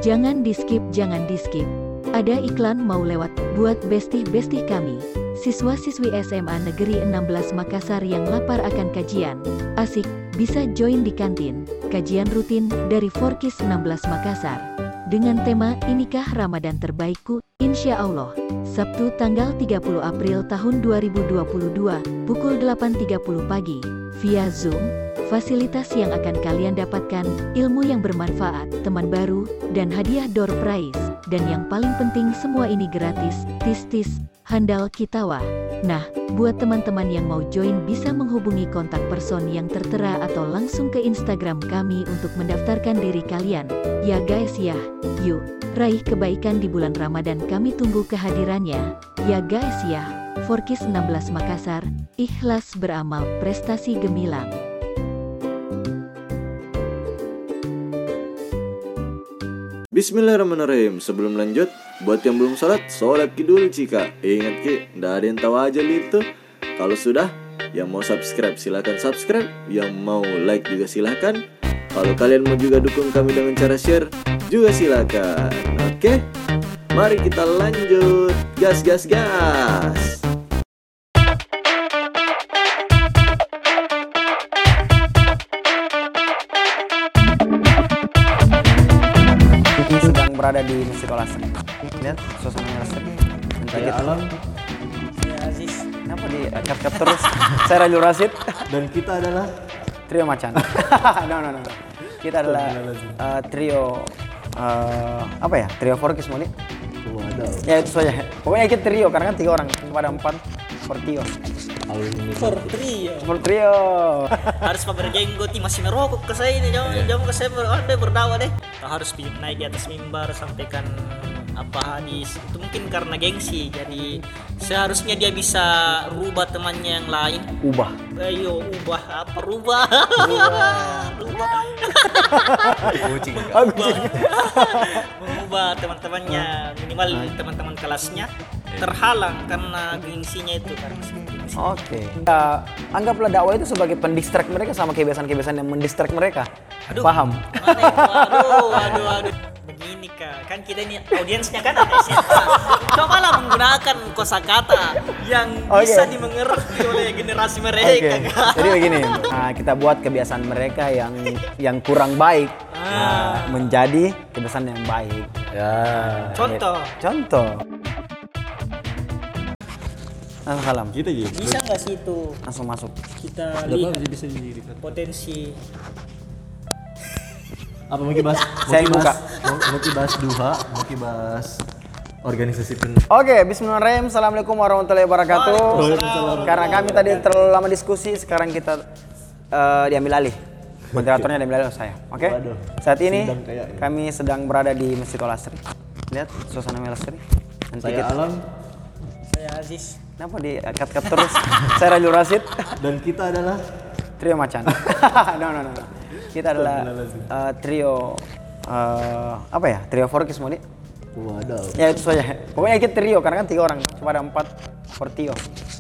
Jangan di-skip, jangan di-skip. Ada iklan mau lewat, buat bestie-bestie kami. Siswa-siswi SMA Negeri 16 Makassar yang lapar akan kajian. Asik, bisa join di kantin. Kajian rutin dari Forkis 16 Makassar. Dengan tema Inikah Ramadan Terbaikku, Insya Allah. Sabtu tanggal 30 April tahun 2022, pukul 8.30 pagi. Via Zoom. Fasilitas yang akan kalian dapatkan, ilmu yang bermanfaat, teman baru, dan hadiah door prize. Dan yang paling penting semua ini gratis, tis-tis, handal kitawa. Nah, buat teman-teman yang mau join bisa menghubungi kontak person yang tertera atau langsung ke Instagram kami untuk mendaftarkan diri kalian. Ya guys ya, yuk, raih kebaikan di bulan Ramadan, kami tunggu kehadirannya. Ya guys ya, Forkis 16 Makassar, ikhlas beramal, prestasi gemilang. Bismillahirrahmanirrahim. Sebelum lanjut, buat yang belum sholat dulu cika. Ingat ki, nggak ada yang tahu aja itu. Kalau sudah, yang mau subscribe silahkan subscribe. Yang mau like juga silahkan. Kalau kalian mau juga dukung kami dengan cara share, juga silahkan. Oke, mari kita lanjut. Gas, gas, gas. Berada di Masjid Al-Asri. Lihat suasananya Asri. Saya Alam. Saya Aziz. Kenapa di cap terus? Saya Rajul Rasid. Dan kita adalah Trio Macan. No. Kita adalah trio apa ya? Trio Forkis Moni. Waduh. Ya itu saja. Pokoknya kita trio karena kan 3 orang kepada 4 Fortio. For trio. Harus berjenggot, masih merokok ke saya ini, jangan ke saya berdakwah deh. Harus naik di atas mimbar sampaikan apa hadis. Itu mungkin karena gengsi, jadi seharusnya dia bisa rubah temannya yang lain. Ubah. Ayo ubah apa rubah? Rubah. Kucing. Mengubah teman-temannya, minimal teman-teman kelasnya terhalang karena gengsinya itu karena Oke. Anggaplah dakwah itu sebagai pendistract mereka sama kebiasaan-kebiasaan yang mendistract mereka. Aduh. Paham? Aduh. Begini kan kita ini audiensnya kan ada SMA. Cobalah menggunakan kosakata yang bisa dimengerti oleh generasi mereka. Kan? Jadi begini, kita buat kebiasaan mereka yang kurang baik menjadi kebiasaan yang baik. Ya. Contoh. Langsung salam. Kita gitu. Bisa nggak sih itu Langsung masuk. kita lihat bisa didirikan. potensi? Apa mau bahas? Saya yang buka. Mau bahas duha, mau bahas organisasi Oke, bismillahirrahmanirrahim. Assalamualaikum warahmatullahi wabarakatuh. Karena kami tadi terlalu lama diskusi, sekarang kita diambil alih. Moderatornya diambil alih oleh saya. Oke. Waduh. Saat ini Kayak kami sedang berada di Masjid Al-Asri. Lihat suasana Al-Asri. Saya Alam. Saya Aziz. Kenapa di cut terus? Saya Rajul Rasid. Dan kita adalah Trio Macan. No. Kita adalah trio apa ya? Trio Forkis Moni. Waduh. Ya itu saja. Pokoknya kita trio karena kan 3 orang kepada 4 Fortio.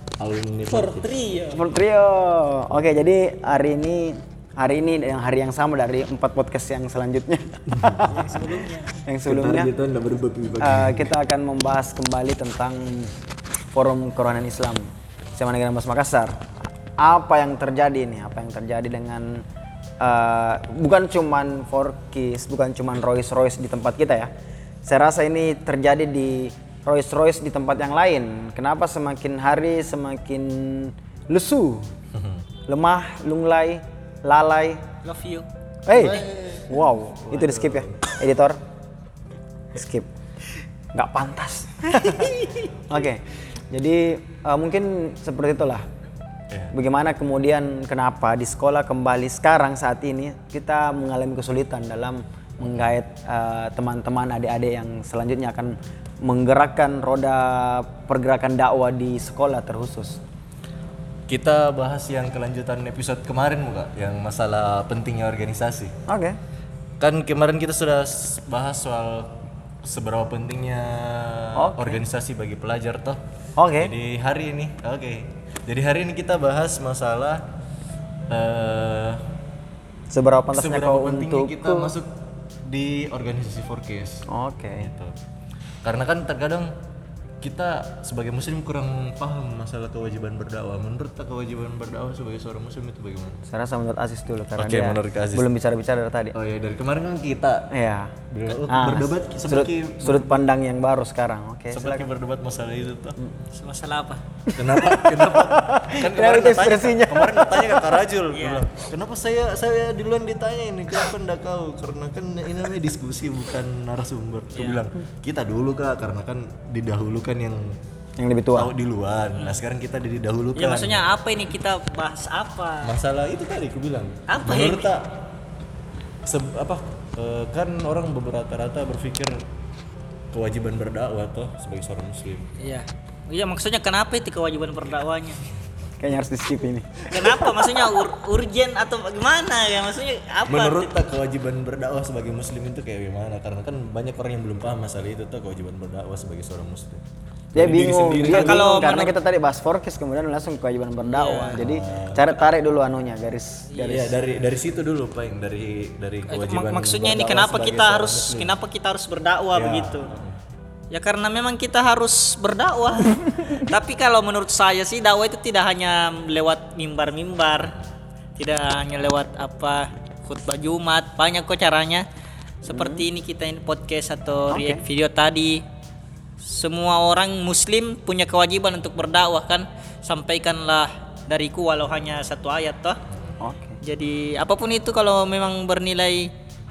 For trio. Oke, jadi hari ini yang hari yang sama dari 4 podcast yang selanjutnya. Yang sebelumnya. Kita akan membahas kembali tentang Forum Kerohanian Islam SMA Negeri 16 Makassar. Apa yang terjadi nih? Apa yang terjadi dengan bukan cuman Forkis, bukan cuman Royce di tempat kita ya. Saya rasa ini terjadi di Royce di tempat yang lain. Kenapa semakin hari semakin lesu, lemah, lunglai, lalai. Love you. Wow, itu di skip ya, editor. Skip. Nggak pantas. Oke. Jadi mungkin seperti itulah. Bagaimana kemudian kenapa di sekolah kembali sekarang saat ini kita mengalami kesulitan dalam menggait teman-teman adik-adik yang selanjutnya akan menggerakkan roda pergerakan dakwah di sekolah terkhusus. Kita bahas yang kelanjutan episode kemarin Muka, yang masalah pentingnya organisasi. Oke. Kan kemarin kita sudah bahas soal seberapa pentingnya organisasi bagi pelajar toh. Oke. Jadi hari ini kita bahas masalah seberapa pantasnya seberapa kau pentingnya untuk kita masuk di organisasi Forecast. Oke. Gitu. Karena kan terkadang kita sebagai muslim kurang paham masalah kewajiban berdakwah. Menurut kewajiban berdakwah sebagai seorang muslim itu bagaimana? Saya rasa menurut Aziz dulu karena Oke, dia menurut Aziz. belum bicara dari tadi. Oh ya, dari kemarin kan kita Iya. berdebat Sudut pandang yang baru sekarang. Oke. seperti berdebat masalah itu tuh. Masalah apa? Kenapa? Kan kemarin itu ekspresinya. kemarin ditanya ke Kak Rajul, dia bilang, kenapa saya duluan ditanya ini, kenapa enggak kau? Karena kan ini namanya diskusi bukan narasumber. Dia bilang, kita dulu Kak, karena kan didahulukan yang lebih tua. tahu duluan. Nah sekarang kita didahulukan. Ya maksudnya apa ini, kita bahas apa? Masalah itu tadi aku bilang. Apa menurut tak kan orang rata-rata berpikir kewajiban berdakwah toh sebagai seorang muslim. Iya. Iya maksudnya kenapa itu kewajiban berdakwahnya? Kayaknya harus di-skip ini. Kenapa? Maksudnya urgent atau gimana ya? Maksudnya apa? Menurut tak kewajiban berdakwah sebagai muslim itu kayak gimana? Karena kan banyak orang yang belum paham masalah itu tuh kewajiban berdakwah sebagai seorang muslim. Dia Dari diri bingung, sendiri. dia Kalau bingung karena kita tadi bahas forecast kemudian langsung kewajiban berdakwah. Jadi cara tarik dulu anunya garis. Iya dari situ dulu Pak, dari kewajiban. Maksudnya ini berdakwah sebagai kenapa kita harus berdakwah Ya. begitu? Ya karena memang kita harus berdakwah. Tapi kalau menurut saya sih dakwah itu tidak hanya lewat mimbar-mimbar, tidak hanya lewat khutbah Jumat, banyak kok caranya. Seperti ini kita ini podcast atau react video tadi. Semua orang muslim punya kewajiban untuk berdakwah kan. Sampaikanlah dariku walau hanya satu ayat toh. Oke. Jadi apapun itu kalau memang bernilai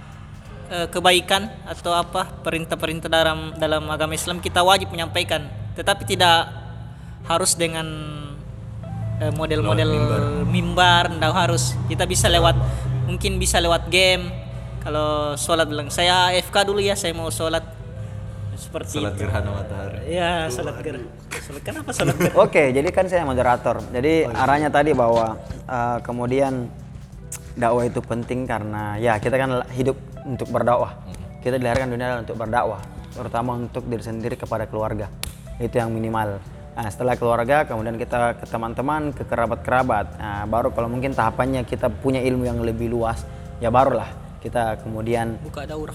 kebaikan atau perintah-perintah dalam agama Islam kita wajib menyampaikan, tetapi tidak harus dengan model-model mimbar, tidak harus. Kita mungkin bisa lewat game. Kalau sholat bilang saya AFK dulu ya, saya mau sholat seperti salat gerhana matahari. ya sholat gerhana. Kenapa sholat gerhana? Oke, jadi kan saya moderator. Jadi arahnya tadi bahwa kemudian dakwah itu penting karena ya kita kan hidup untuk berdakwah. Kita dilahirkan dunia untuk berdakwah, terutama untuk diri sendiri kepada keluarga. Itu yang minimal. Nah, setelah keluarga kemudian kita ke teman-teman, ke kerabat-kerabat. Nah, baru kalau mungkin tahapannya kita punya ilmu yang lebih luas, ya barulah kita kemudian Buka daurah.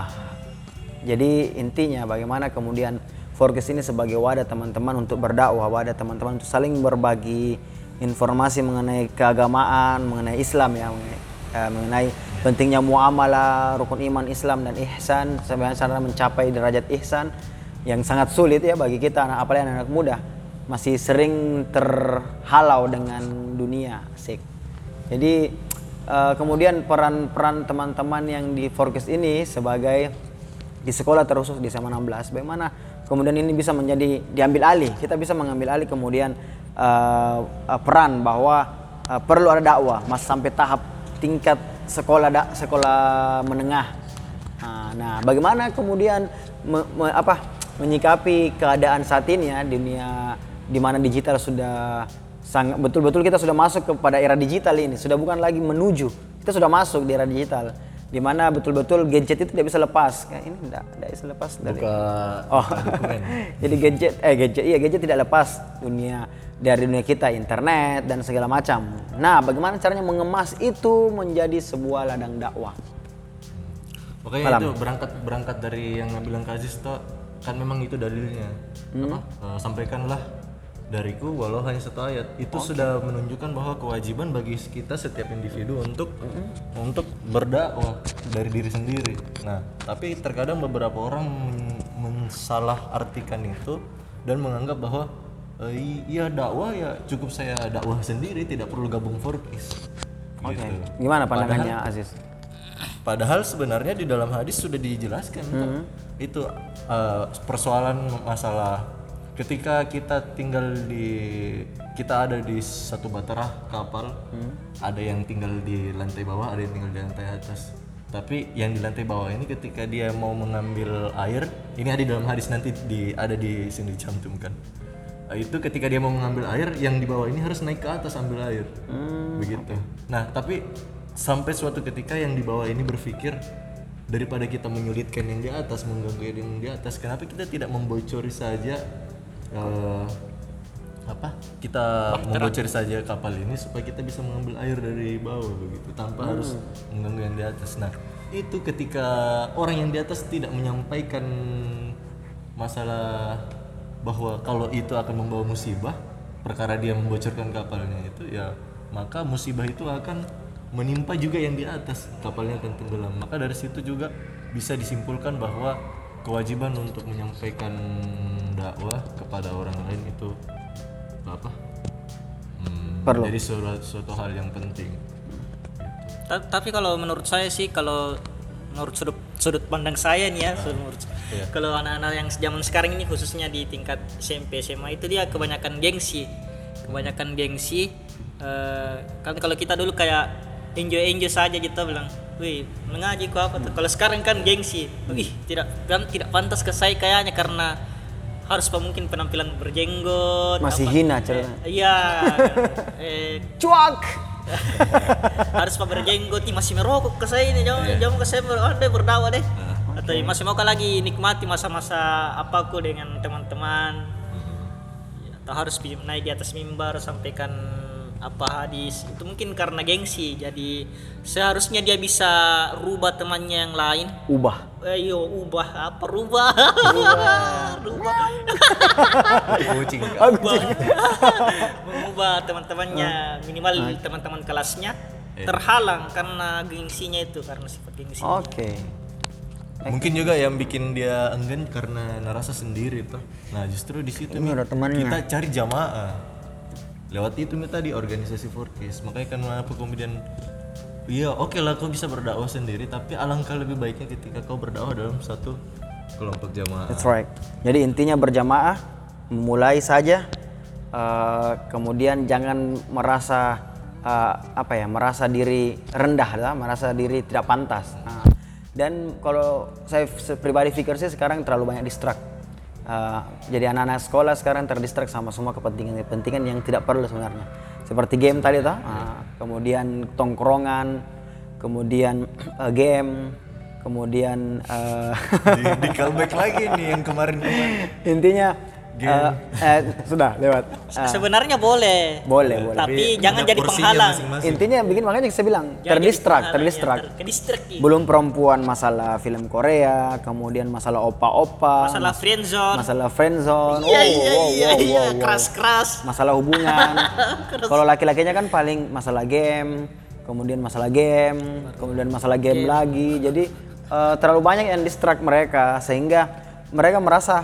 Jadi intinya bagaimana kemudian Forecast ini sebagai wadah teman-teman untuk berdakwah, wadah teman-teman untuk saling berbagi informasi mengenai keagamaan, mengenai Islam ya, mengenai pentingnya muamalah, rukun iman Islam dan ihsan, sampai cara mencapai derajat ihsan yang sangat sulit ya bagi kita apalagi anak-anak muda, masih sering terhalau dengan dunia asik. Jadi kemudian peran teman-teman yang di Forecast ini sebagai di sekolah terkhusus di SMA 16, bagaimana kemudian ini bisa menjadi diambil alih, kita bisa mengambil alih kemudian peran bahwa perlu ada dakwah sampai tahap tingkat sekolah menengah. Nah, bagaimana kemudian menyikapi keadaan saat ini ya, dunia di mana digital sudah sangat betul-betul kita sudah masuk kepada era digital ini, sudah bukan lagi menuju, kita sudah masuk di era digital di mana betul-betul gadget itu tidak bisa lepas. Kayak ini tidak bisa lepas dari jadi gadget tidak lepas dari dunia kita, internet dan segala macam. Nah, bagaimana caranya mengemas itu menjadi sebuah ladang dakwah? Makanya itu berangkat dari yang bilang Kak Aziz toh, kan memang itu dalilnya. Sampaikanlah dariku walau hanya satu ayat. Itu sudah menunjukkan bahwa kewajiban bagi kita setiap individu untuk berdakwah dari diri sendiri. Nah, tapi terkadang beberapa orang mensalahartikan itu dan menganggap bahwa iya dakwah ya cukup saya dakwah sendiri, tidak perlu gabung Forecast. Gitu. Gimana pandangannya Aziz? Padahal sebenarnya di dalam hadis sudah dijelaskan itu persoalan masalah ketika kita ada di satu bahtera kapal, ada yang tinggal di lantai bawah, ada yang tinggal di lantai atas. Tapi yang di lantai bawah ini ketika dia mau mengambil air, ini ada di dalam hadis nanti ada di sini dicantumkan. Itu ketika dia mau mengambil air, yang di bawah ini harus naik ke atas ambil air. Begitu. Nah, tapi sampai suatu ketika yang di bawah ini berpikir daripada kita menyulitkan yang di atas, mengganggu yang di atas, kenapa kita tidak membocori saja membocori saja kapal ini supaya kita bisa mengambil air dari bawah begitu tanpa harus mengganggu yang di atas. Nah, itu ketika orang yang di atas tidak menyampaikan masalah bahwa kalau itu akan membawa musibah, perkara dia membocorkan kapalnya itu ya, maka musibah itu akan menimpa juga yang di atas, kapalnya akan tenggelam. Maka dari situ juga bisa disimpulkan bahwa kewajiban untuk menyampaikan dakwah kepada orang lain itu apa? Perlu. Jadi suatu hal yang penting. Tapi kalau menurut saya sih, kalau menurut sudut pandang saya nih ya, kalau anak-anak yang zaman sekarang ini khususnya di tingkat SMP SMA itu dia kebanyakan gengsi. Kan kalau kita dulu kayak enjoy saja gitu bilang, wih mengaji kok apa tuh. Kalau sekarang kan gengsi, wih tidak pantas ke saya kayaknya karena harus mungkin penampilan berjenggot. Masih apa, hina cerita. Iya. Cuak. Harus berjenggot, masih merokok ke saya ini, jangan ke saya berdakwah deh. Atau masih mau lagi nikmati masa-masa apaku dengan teman-teman. Atau harus naik di atas mimbar sampaikan apa hadis, itu mungkin karena gengsi. Jadi seharusnya dia bisa rubah temannya yang lain. Ubah. Rubah. Mengubah teman-temannya, minimal teman-teman kelasnya terhalang karena gengsinya itu, karena sifat gengsi. Oke. Mungkin juga yang bikin dia enggan karena ngerasa sendiri tuh. Nah justru di situ Ini ada temannya. kita cari jamaah lewat itu tadi organisasi Forkis. Makanya kan apa kemudian iya oke lah kau bisa berdakwah sendiri, tapi alangkah lebih baiknya ketika kau berdakwah dalam satu kelompok jamaah. That's right. Jadi intinya berjamaah, mulai saja, kemudian jangan merasa merasa diri rendah, merasa diri tidak pantas. Dan kalau saya pribadi pikir sih sekarang terlalu banyak distract. Jadi anak-anak sekolah sekarang terdistract sama semua kepentingan yang tidak perlu sebenarnya. Seperti game tadi toh, kemudian tongkrongan, kemudian game, kemudian Di callback lagi nih yang kemarin. intinya sudah lewat. Sebenarnya boleh. Tapi jangan jadi penghalang. Intinya bikin, makanya saya bilang terdistract. Kedistract. Belum perempuan, masalah film Korea, kemudian masalah opa-opa, Masalah friendzone. Iya, keras. Masalah hubungan. Kalau laki-lakinya kan paling masalah game, kemudian masalah game lagi. Jadi terlalu banyak yang distract mereka sehingga mereka merasa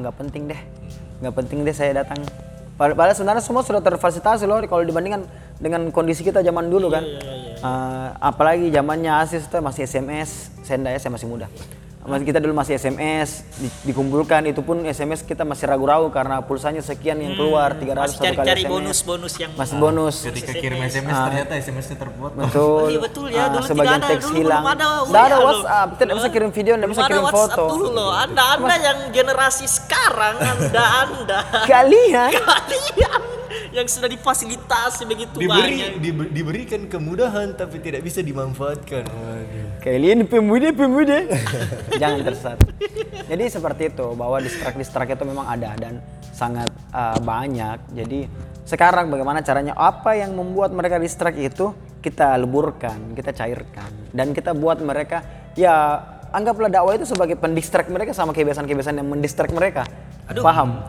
nggak penting deh saya datang. Padahal sebenarnya semua sudah terfasilitasi loh kalau dibandingkan dengan kondisi kita zaman dulu kan. Apalagi zamannya Asis itu masih SMS, saya masih muda. Kita dulu masih SMS, dikumpulkan, itu pun SMS kita masih ragu-ragu karena pulsanya sekian yang keluar, 300 satu kali cari SMS. bonus yang masih bonus. Ketika kirim SMS ternyata SMS-nya terpotong. Betul. Betul ya, dulu sebagian tidak ada, teks dulu hilang. belum ada Tidak ada WA WhatsApp, tidak bisa kirim video, tidak bisa kirim foto. Dulu loh, Anda yang generasi sekarang, Anda Kalian yang sudah difasilitasi begitu banyak. Diberikan kemudahan tapi tidak bisa dimanfaatkan. Kalian pemuda jangan tersesat. Jadi seperti itu, bahwa distract itu memang ada dan sangat banyak. Jadi sekarang bagaimana caranya, apa yang membuat mereka distract itu kita leburkan, kita cairkan, dan kita buat mereka, ya anggaplah dakwah itu sebagai pendistract mereka sama kebiasaan-kebiasaan yang mendistract mereka. Paham?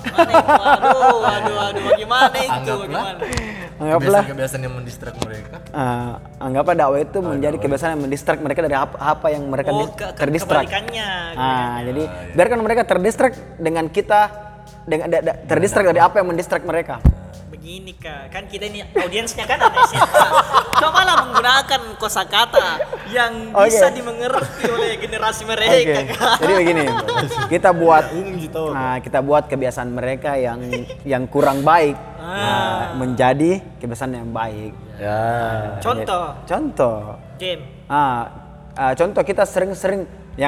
Aduh, bagaimana itu? Anggaplah kebiasaan yang mendistract mereka. Anggaplah dakwah itu menjadi kebiasaan yang mendistract mereka dari apa yang mereka terdistract. Jadi biarkan mereka terdistract dengan kita, terdistract dari apa yang mendistract mereka. Begini kan kita ini audiensnya kan anak SMA. Cobalah menggunakan kosakata yang bisa dimengerti oleh generasi mereka. Jadi begini, kita buat kebiasaan mereka yang kurang baik menjadi kebiasaan yang baik. Contoh. Game. Contoh kita sering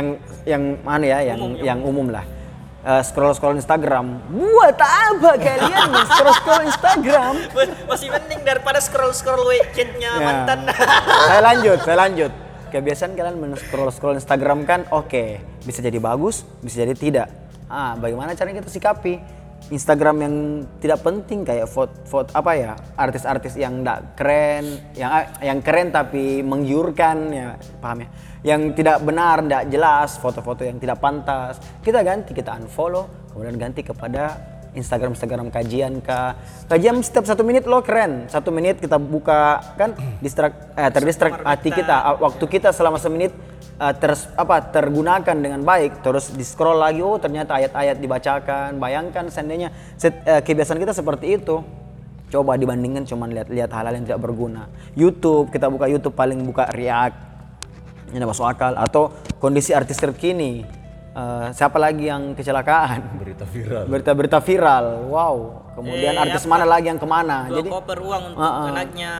yang umum lah. Scroll Instagram. Buat apa kalian scroll Instagram? Masih penting daripada scroll weekendnya mantan. Saya lanjut. Kebiasaan kalian scroll Instagram kan, oke, bisa jadi bagus, bisa jadi tidak. Bagaimana caranya kita sikapi? Instagram yang tidak penting kayak foto apa ya, artis-artis yang enggak keren, yang keren tapi menggiurkan ya, paham ya? Yang tidak benar, tidak jelas, foto-foto yang tidak pantas. Kita ganti, kita unfollow, kemudian ganti kepada Instagram kajian kajian setiap 1 menit lo keren. 1 menit kita buka kan terdistract hati kita, waktu kita selama 1 menit tergunakan dengan baik, terus di scroll lagi, oh ternyata ayat-ayat dibacakan. Bayangkan seandainya kebiasaan kita seperti itu, coba dibandingkan cuma lihat hal-hal yang tidak berguna. YouTube, kita buka YouTube paling buka react, ini masuk akal, atau kondisi artis terkini. Siapa lagi yang kecelakaan? Berita viral. Wow. Kemudian artis mana lagi yang kemana? Jadi koper uang untuk anaknya.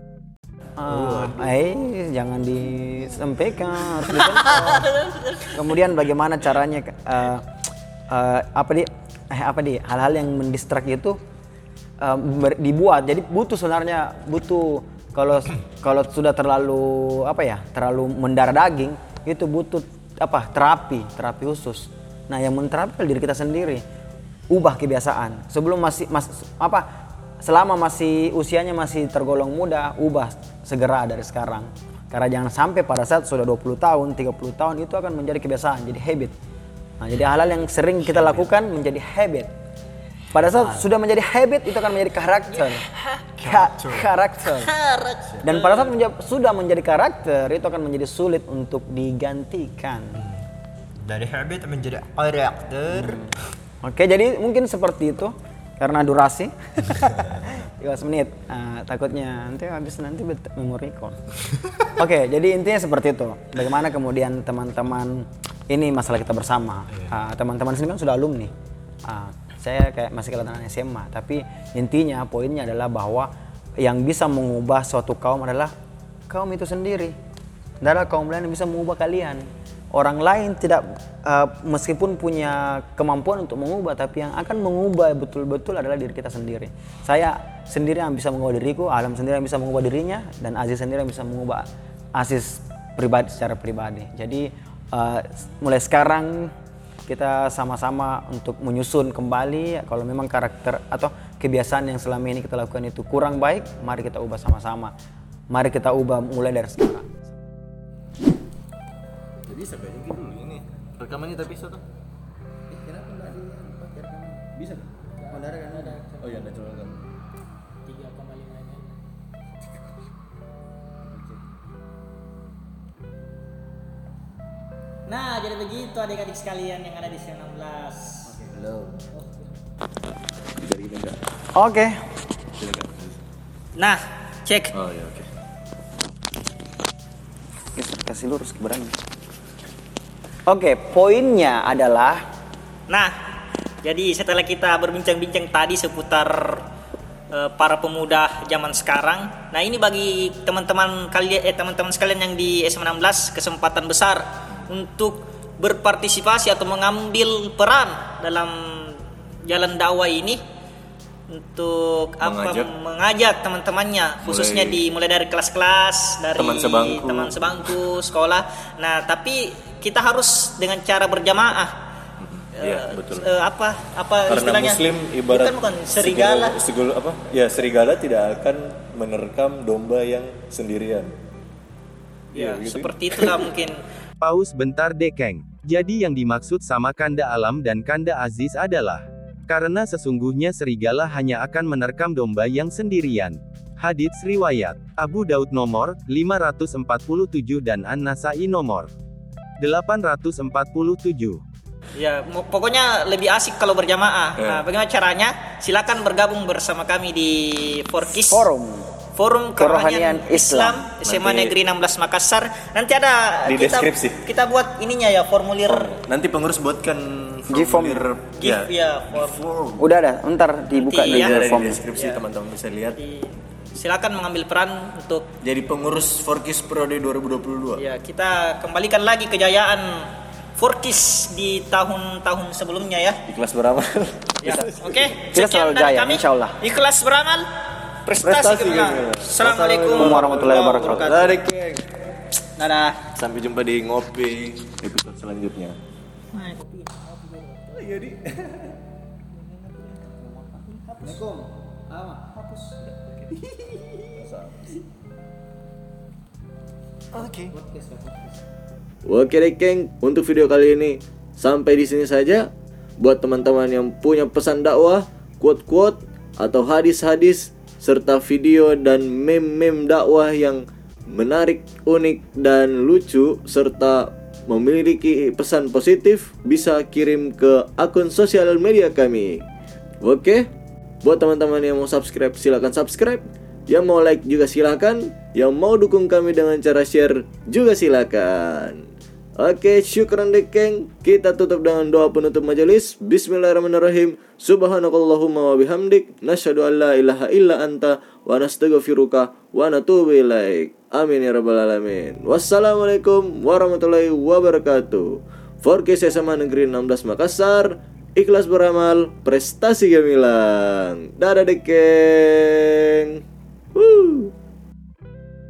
Jangan disampaikan. Kemudian bagaimana caranya hal-hal yang mendistrak itu dibuat. Jadi butuh kalau sudah terlalu mendarah daging, itu butuh terapi khusus. Nah, yang menterapi diri kita sendiri. Ubah kebiasaan. Selama masih usianya masih tergolong muda, ubah segera dari sekarang. Karena jangan sampai pada saat sudah 20 tahun, 30 tahun itu akan menjadi kebiasaan, jadi habit. Nah, jadi hal-hal yang sering kita lakukan menjadi habit. Pada saat sudah menjadi habit, itu akan menjadi karakter. Dan pada saat sudah menjadi karakter, itu akan menjadi sulit untuk digantikan. Dari habit menjadi karakter. Oke, jadi mungkin seperti itu. Karena durasi 13 menit. Takutnya nanti memori card. Oke, jadi intinya seperti itu. Bagaimana kemudian teman-teman, ini masalah kita bersama. Teman-teman sini kan sudah alumni. Saya kayak masih kelihatan SMA, tapi intinya poinnya adalah bahwa yang bisa mengubah suatu kaum adalah kaum itu sendiri. Tidak ada kaum lain yang bisa mengubah kalian. Orang lain tidak, meskipun punya kemampuan untuk mengubah, tapi yang akan mengubah betul-betul adalah diri kita sendiri. Saya sendiri yang bisa mengubah diriku, Alam sendiri yang bisa mengubah dirinya, dan Aziz sendiri yang bisa mengubah Aziz secara pribadi. Jadi mulai sekarang kita sama-sama untuk menyusun kembali. Kalau memang karakter atau kebiasaan yang selama ini kita lakukan itu kurang baik, mari kita ubah sama-sama. Mari kita ubah mulai dari sekarang. Bisa kayaknya gitu dulu ini rekamannya tapi bisa tuh. Kenapa nggak dipakai rekaman? Bisa kan? Ada. Oh iya, ada coba kan. 3,5 ini. Nah, jadi begitu adik-adik sekalian yang ada di 16. Halo. Dari ini enggak? Oke. Silakan. Nah, cek. Oh ya, oke. Kasih lurus ke berani. Oke, poinnya adalah, nah, jadi setelah kita berbincang-bincang tadi seputar para pemuda zaman sekarang, nah ini bagi teman-teman sekalian yang di SMA 16 kesempatan besar untuk berpartisipasi atau mengambil peran dalam jalan dakwah ini untuk mengajak teman-temannya, khususnya mulai dari kelas-kelas, dari teman sebangku sekolah. Nah, tapi kita harus dengan cara berjamaah. Iya, betul. Karena istilahnya? Muslim ibarat bukan serigala. Serigala tidak akan menerkam domba yang sendirian. Ya, seperti itulah mungkin. Paus bentar Dekeng. Jadi yang dimaksud sama kanda Alam dan kanda Aziz adalah karena sesungguhnya serigala hanya akan menerkam domba yang sendirian. Hadits riwayat Abu Daud nomor 547 dan An-Nasai nomor 847. Ya, pokoknya lebih asik kalau berjamaah. Nah, bagaimana caranya? Silakan bergabung bersama kami di Forkis Forum Kerohanian Islam SMA Negeri 16 Makassar. Nanti ada di deskripsi. Kita buat ininya ya, formulir. Nanti pengurus buatkan formulir form. Udah ada, ntar dibuka di form deskripsi, teman-teman bisa lihat. Silakan mengambil peran untuk jadi pengurus Forkis Prode 2022. Ya, kita kembalikan lagi kejayaan Forkis di tahun-tahun sebelumnya ya. Ikhlas beramal. Ya, oke. Kita selalu jaya, insyaallah. Ikhlas beramal. Prestasi kita. Assalamualaikum warahmatullahi wabarakatuh. Dadah. Sampai jumpa di ngopi episode selanjutnya. Nah, kopi. Oh iya, Di. Assalamualaikum. Hapus. Oke. Oke deh geng, untuk video kali ini sampai di sini saja. Buat teman-teman yang punya pesan dakwah, quote-quote atau hadis-hadis serta video dan meme-meme dakwah yang menarik, unik dan lucu serta memiliki pesan positif, bisa kirim ke akun sosial media kami. Oke, buat teman-teman yang mau subscribe silakan subscribe, yang mau like juga silakan, yang mau dukung kami dengan cara share juga silakan. Oke, syukran deh geng. Kita tutup dengan doa penutup majelis. Bismillahirrahmanirrahim. Subhanakallahumma wa bihamdik, nasyhadu an la ilaha illa anta wa nastaghfiruka wa natubu ilaik. Amin ya rabbal alamin. Wassalamualaikum warahmatullahi wabarakatuh. Forecast SMA Negeri 16 Makassar. Ikhlas beramal, prestasi gemilang. Dadah deh geng. Woo.